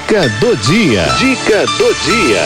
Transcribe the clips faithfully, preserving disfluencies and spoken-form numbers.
Dica do dia. Dica do dia.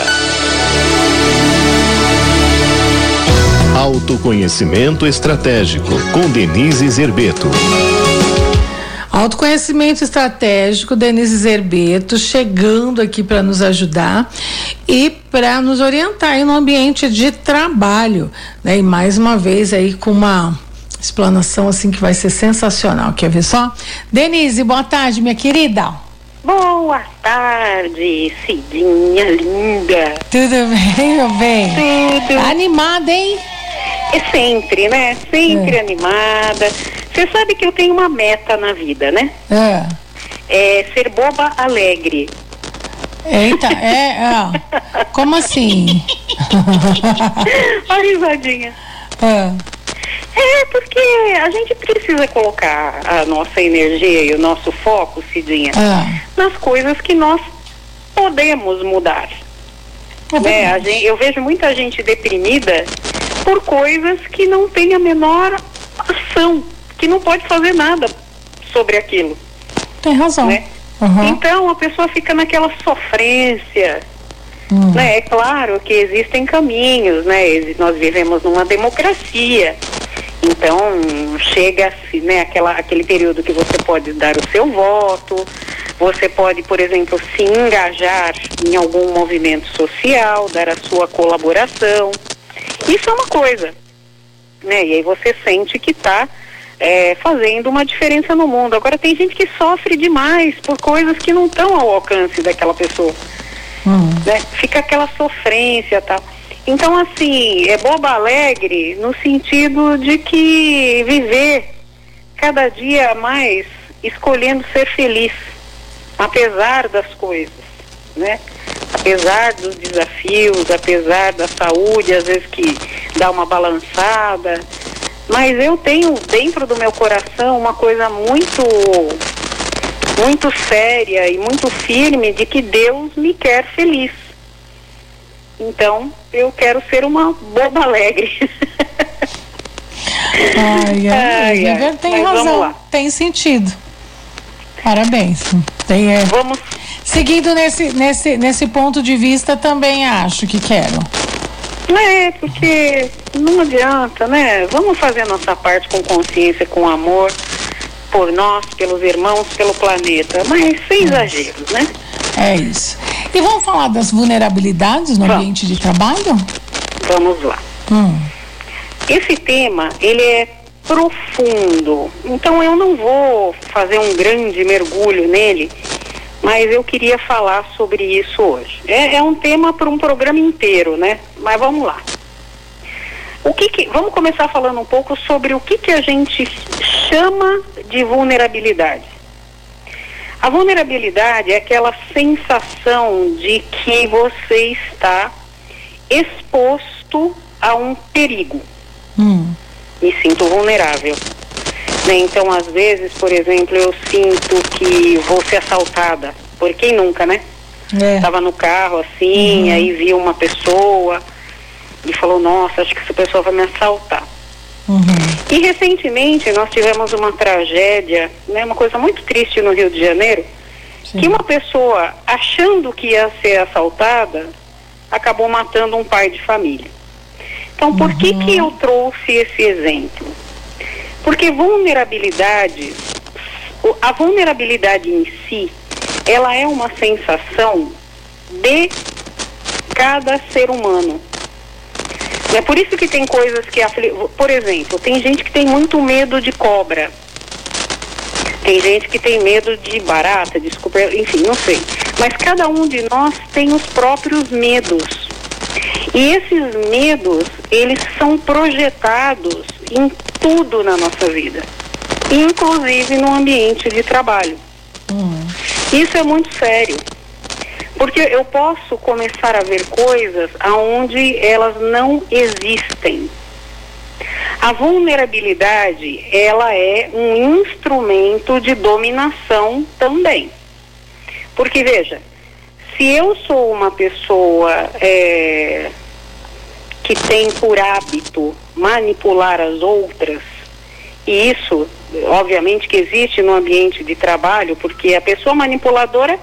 Autoconhecimento estratégico com Denise Zerbeto. Autoconhecimento estratégico, Denise Zerbeto, chegando aqui para nos ajudar e para nos orientar aí no ambiente de trabalho, né? E mais uma vez aí com uma explanação assim que vai ser sensacional. Quer ver só? Denise, boa tarde, minha querida. Boa tarde, Cidinha linda. Tudo bem, meu bem? Tudo. Tá animada, hein? É sempre, né? Sempre é. animada. Você sabe que eu tenho uma meta na vida, né? É. É ser boba alegre. Eita, é, é. Como assim? Olha a risadinha. É. É, porque a gente precisa colocar a nossa energia e o nosso foco, Cidinha, é. nas coisas que nós podemos mudar. É né? a gente, eu vejo muita gente deprimida por coisas que não tem a menor ação, que não pode fazer nada sobre aquilo. Tem razão. Né? Uhum. Então a pessoa fica naquela sofrência. Uhum. Né? É claro que existem caminhos, né? Nós vivemos numa democracia. Então chega-se, né, aquela, aquele período que você pode dar o seu voto, você pode, por exemplo, se engajar em algum movimento social, dar a sua colaboração. Isso é uma coisa, né? E aí você sente que está é, fazendo uma diferença no mundo. Agora tem gente que sofre demais por coisas que não estão ao alcance daquela pessoa. Uhum. Né? Fica aquela sofrência e tal. Então, assim, é boba alegre no sentido de que viver cada dia mais escolhendo ser feliz, apesar das coisas, né? Apesar dos desafios, apesar da saúde, às vezes que dá uma balançada. Mas eu tenho dentro do meu coração uma coisa muito, muito séria e muito firme de que Deus me quer feliz. Então, eu quero ser uma boba alegre. Ai, ai, ai, ai. Tem razão, tem sentido. Parabéns. Tem, é... Vamos. Seguindo nesse, nesse, nesse ponto de vista, também acho que quero. É, porque não adianta, né? Vamos fazer a nossa parte com consciência, com amor, por nós, pelos irmãos, pelo planeta, mas sem é. exageros, né? É isso. E vamos falar das vulnerabilidades no vamos. ambiente de trabalho? Vamos lá. Hum. Esse tema, ele é profundo, então eu não vou fazer um grande mergulho nele, mas eu queria falar sobre isso hoje. É, é um tema para um programa inteiro, né? Mas vamos lá. O que que, vamos começar falando um pouco sobre o que que a gente chama de vulnerabilidade. A vulnerabilidade é aquela sensação de que você está exposto a um perigo. Hum. Me sinto vulnerável. Né? Então, às vezes, por exemplo, eu sinto que vou ser assaltada. Por quem nunca, né? Estava é. no carro assim, uhum. aí vi uma pessoa e falou, nossa, acho que essa pessoa vai me assaltar. Uhum. E recentemente nós tivemos uma tragédia, né, uma coisa muito triste no Rio de Janeiro, Sim. que uma pessoa, achando que ia ser assaltada, acabou matando um pai de família. Então, por uhum. que que eu trouxe esse exemplo? Porque vulnerabilidade, a vulnerabilidade em si, ela é uma sensação de cada ser humano. É por isso que tem coisas que, por exemplo, tem gente que tem muito medo de cobra, tem gente que tem medo de barata, de escorpião, enfim, não sei. Mas cada um de nós tem os próprios medos. E esses medos, eles são projetados em tudo na nossa vida, inclusive no ambiente de trabalho. Uhum. Isso é muito sério. Porque eu posso começar a ver coisas aonde elas não existem. A vulnerabilidade, ela é um instrumento de dominação também. Porque, veja, se eu sou uma pessoa é, que tem por hábito manipular as outras, e isso, obviamente, que existe no ambiente de trabalho, porque a pessoa manipuladora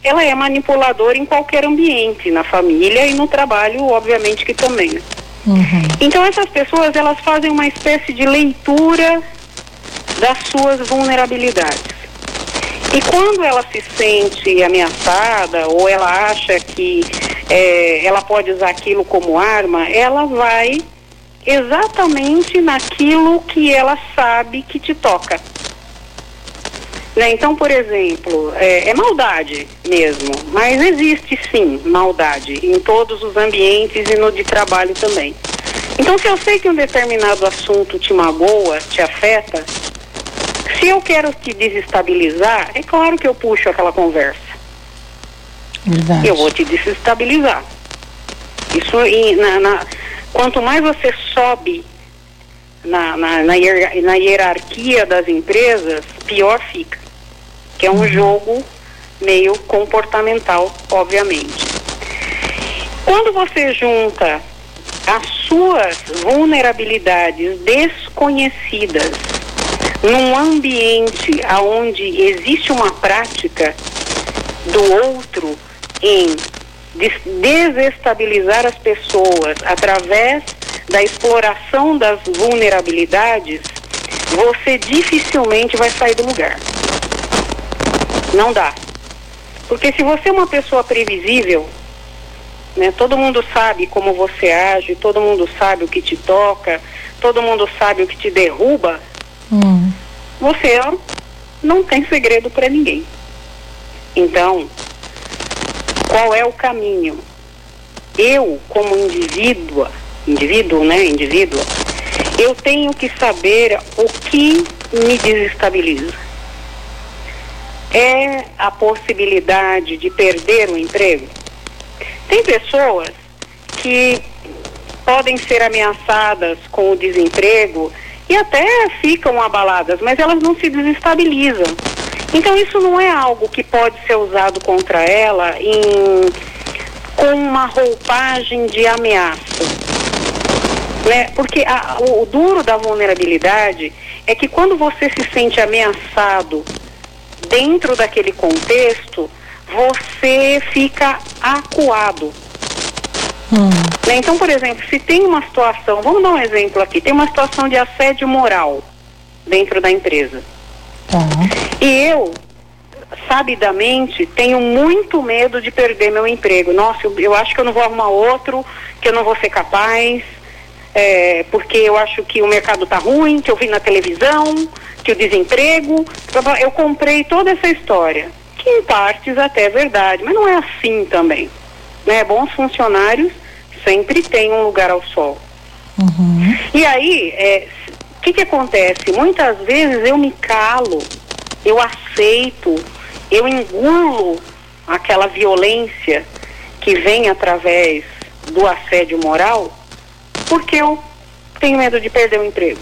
ela é manipuladora em qualquer ambiente, na família e no trabalho, obviamente que também, né? Uhum. Então essas pessoas, elas fazem uma espécie de leitura das suas vulnerabilidades. E quando ela se sente ameaçada ou ela acha que é, ela pode usar aquilo como arma, ela vai exatamente naquilo que ela sabe que te toca. Né? Então, por exemplo, é, é maldade mesmo, mas existe sim maldade em todos os ambientes e no de trabalho também. Então, se eu sei que um determinado assunto te magoa, te afeta, se eu quero te desestabilizar, é claro que eu puxo aquela conversa. Verdade. Eu vou te desestabilizar. Isso, e, na, na, quanto mais você sobe na, na, na, hier, na hierarquia das empresas, pior fica. Que é um jogo meio comportamental, obviamente. Quando você junta as suas vulnerabilidades desconhecidas num ambiente onde existe uma prática do outro em desestabilizar as pessoas através da exploração das vulnerabilidades, você dificilmente vai sair do lugar. Não dá. Porque se você é uma pessoa previsível, né, todo mundo sabe como você age, todo mundo sabe o que te toca, todo mundo sabe o que te derruba, hum. você não tem segredo para ninguém. Então, qual é o caminho? Eu, como indivídua, indivíduo, né, indivídua, eu tenho que saber o que me desestabiliza. É a possibilidade de perder o emprego? Tem pessoas que podem ser ameaçadas com o desemprego e até ficam abaladas, mas elas não se desestabilizam. Então isso não é algo que pode ser usado contra ela em, com uma roupagem de ameaça. Né? Porque a, o, o duro da vulnerabilidade é que quando você se sente ameaçado dentro daquele contexto, você fica acuado. Hum. Né? Então, por exemplo, se tem uma situação, vamos dar um exemplo aqui, tem uma situação de assédio moral dentro da empresa. Tá. E eu, sabidamente, tenho muito medo de perder meu emprego. Nossa, eu, eu acho que eu não vou arrumar outro, que eu não vou ser capaz, é, porque eu acho que o mercado tá ruim, que eu vi na televisão, que o desemprego... Eu comprei toda essa história, que em partes até é verdade, mas não é assim também. Né? Bons funcionários sempre têm um lugar ao sol. Uhum. E aí, é, o que que acontece? Muitas vezes eu me calo, eu aceito, eu engulo aquela violência que vem através do assédio moral, porque eu tenho medo de perder o emprego.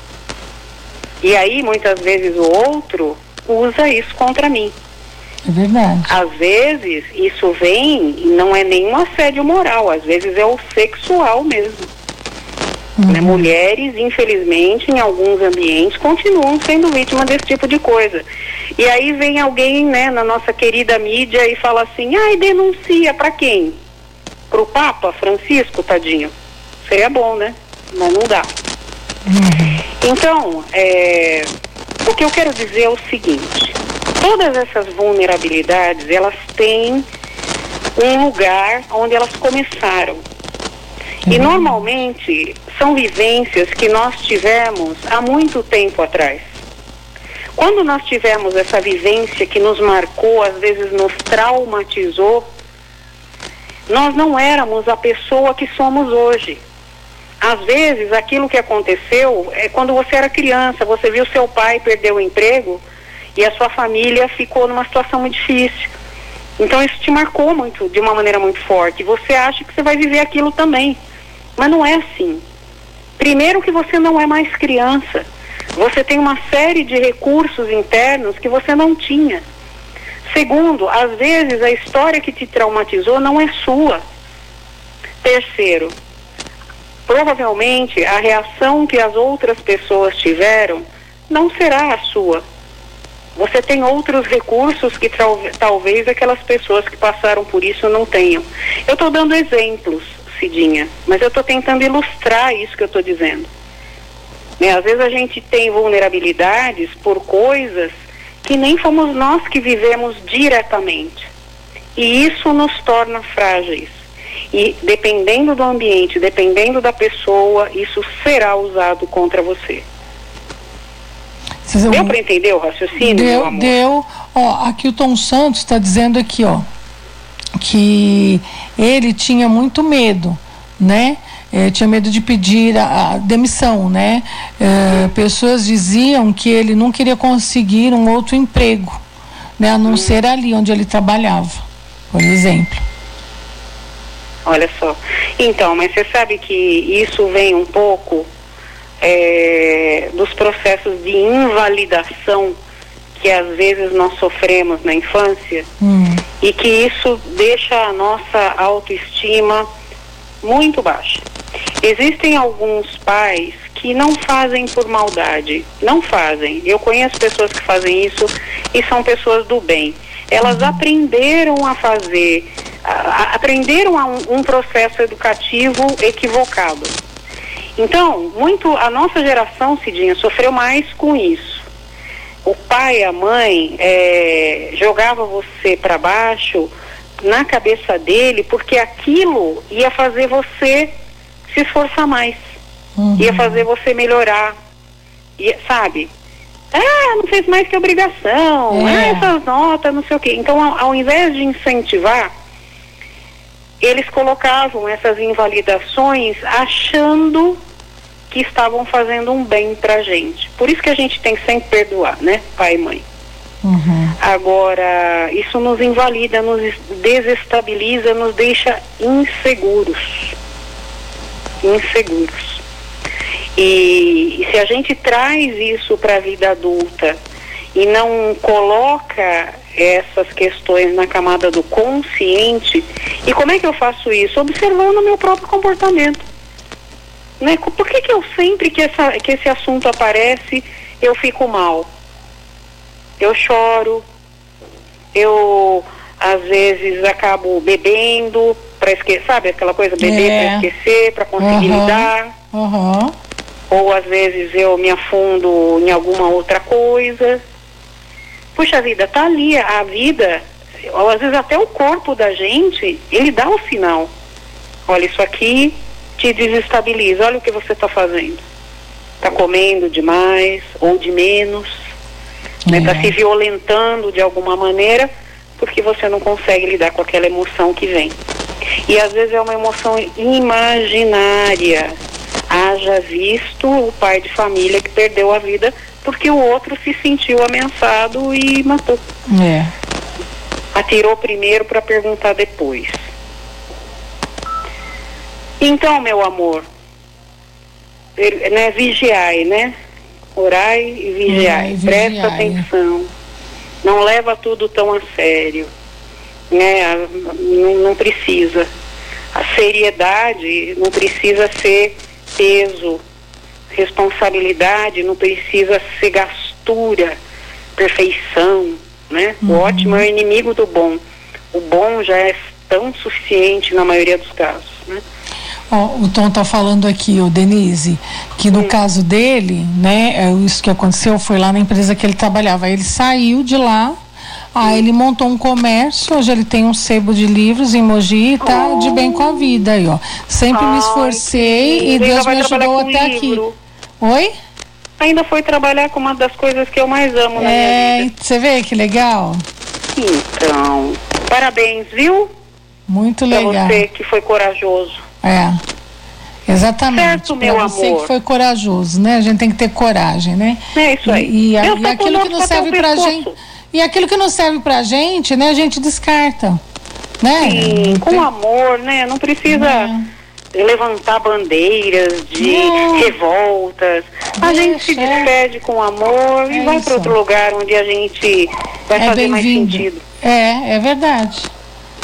E aí, muitas vezes, o outro usa isso contra mim. É verdade. Às vezes, isso vem e não é nenhum assédio moral, às vezes é o sexual mesmo. Uhum. Né? Mulheres, infelizmente, em alguns ambientes, continuam sendo vítimas desse tipo de coisa. E aí vem alguém, né, na nossa querida mídia e fala assim, ai, denuncia pra quem? Pro Papa Francisco, tadinho? Seria bom, né? Mas não dá. Uhum. Então, é, o que eu quero dizer é o seguinte, todas essas vulnerabilidades, elas têm um lugar onde elas começaram. Uhum. E normalmente são vivências que nós tivemos há muito tempo atrás. Quando nós tivemos essa vivência que nos marcou, às vezes nos traumatizou, nós não éramos a pessoa que somos hoje. Às vezes, aquilo que aconteceu é quando você era criança, você viu seu pai perder o emprego e a sua família ficou numa situação muito difícil. Então, isso te marcou muito, de uma maneira muito forte. E você acha que você vai viver aquilo também. Mas não é assim. Primeiro que você não é mais criança. Você tem uma série de recursos internos que você não tinha. Segundo, às vezes a história que te traumatizou não é sua. Terceiro, provavelmente a reação que as outras pessoas tiveram não será a sua. Você tem outros recursos que tal, talvez aquelas pessoas que passaram por isso não tenham. Eu estou dando exemplos, Cidinha, mas eu estou tentando ilustrar isso que eu estou dizendo. Né? Às vezes a gente tem vulnerabilidades por coisas que nem fomos nós que vivemos diretamente. E isso nos torna frágeis. E dependendo do ambiente, dependendo da pessoa, isso será usado contra você. Vocês, deu para entender o raciocínio, deu, meu amor? Deu. Ó, aqui o Tom Santos está dizendo aqui, ó, que ele tinha muito medo, né? É, tinha medo de pedir a, a demissão, né? É, pessoas diziam que ele não queria conseguir um outro emprego, né? A não hum. ser ali onde ele trabalhava, por exemplo. Olha só. Então, mas você sabe que isso vem um pouco é, dos processos de invalidação que às vezes nós sofremos na infância hum. e que isso deixa a nossa autoestima muito baixa. Existem alguns pais que não fazem por maldade, não fazem. Eu conheço pessoas que fazem isso e são pessoas do bem. Elas uhum. aprenderam a fazer, a, a, aprenderam a um, um processo educativo equivocado. Então, muito, a nossa geração, Cidinha, sofreu mais com isso. O pai e a mãe é, jogava você para baixo na cabeça dele, porque aquilo ia fazer você se esforçar mais, uhum. ia fazer você melhorar, ia, sabe? Ah, não fez mais que obrigação, é. ah, essas notas, não sei o quê. Então, ao, ao invés de incentivar, eles colocavam essas invalidações achando que estavam fazendo um bem pra gente. Por isso que a gente tem que sempre perdoar, né, pai e mãe. Uhum. Agora, isso nos invalida, nos desestabiliza, nos deixa inseguros. Inseguros. E, e se a gente traz isso para a vida adulta e não coloca essas questões na camada do consciente, e como é que eu faço isso? Observando o meu próprio comportamento. Né? Por que que eu sempre que, essa, que esse assunto aparece, eu fico mal? Eu choro, eu às vezes acabo bebendo para esquecer, sabe aquela coisa, beber é. para esquecer, para conseguir uhum. lidar. Uhum. Ou às vezes eu me afundo em alguma outra coisa. Puxa vida, tá ali a vida, ou às vezes até o corpo da gente, ele dá o sinal. Olha, isso aqui te desestabiliza, olha o que você está fazendo. Está comendo demais ou de menos. Está né, se violentando de alguma maneira porque você não consegue lidar com aquela emoção que vem. E às vezes é uma emoção imaginária. Haja visto o pai de família que perdeu a vida porque o outro se sentiu ameaçado e matou. É. Atirou primeiro para perguntar depois. Então, meu amor, né, vigiai, né? Orai e vigiai, é, vigiai. Presta atenção, não leva tudo tão a sério, né? Não, não precisa, a seriedade não precisa ser peso, responsabilidade não precisa ser gastura, perfeição, né? Uhum. O ótimo é o inimigo do bom, o bom já é tão suficiente na maioria dos casos, né? Oh, o Tom tá falando aqui, o Denise, que no hum. caso dele, né, isso que aconteceu foi lá na empresa que ele trabalhava. Ele saiu de lá, aí ele montou um comércio, hoje ele tem um sebo de livros em Mogi e tá oh. de bem com a vida aí, ó. Sempre oh, me esforcei sim. e Deus me ajudou até livro. Aqui. Oi? Ainda foi trabalhar com uma das coisas que eu mais amo na é, minha vida. Você vê que legal? Então, parabéns, viu? Muito legal. Pra você que foi corajoso. É, exatamente. Certo, meu pra você amor. que foi corajoso, né? A gente tem que ter coragem, né? É isso aí. E, e, a, e aquilo que não serve pra gente, e aquilo que não serve pra gente, né? A gente descarta, né? Sim, com tem... amor, né? Não precisa é. levantar bandeiras de não. revoltas. A Deixa, gente se despede é. com amor é e vai para outro lugar onde a gente vai é fazer mais sentido. É, é verdade.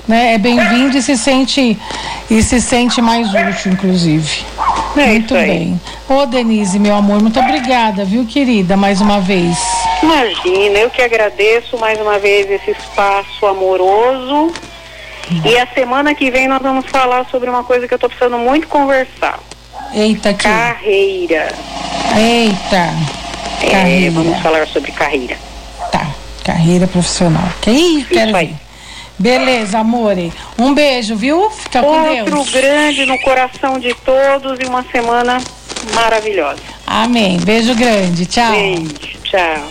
né, é bem-vindo e se sente e se sente mais útil, inclusive. É muito isso aí. bem. Ô, Denise, meu amor, muito obrigada, viu, querida, mais uma vez. Imagina, eu que agradeço mais uma vez esse espaço amoroso. E a semana que vem nós vamos falar sobre uma coisa que eu tô precisando muito conversar. Eita, que... Carreira. Eita. É, Carreira. vamos falar sobre carreira. Tá, carreira profissional. Que aí, quero aí. ver. Beleza, amore. Um beijo, viu? Fica com Outro Deus. grande no coração de todos e uma semana maravilhosa. Amém. Beijo grande. Tchau. Beijo, tchau.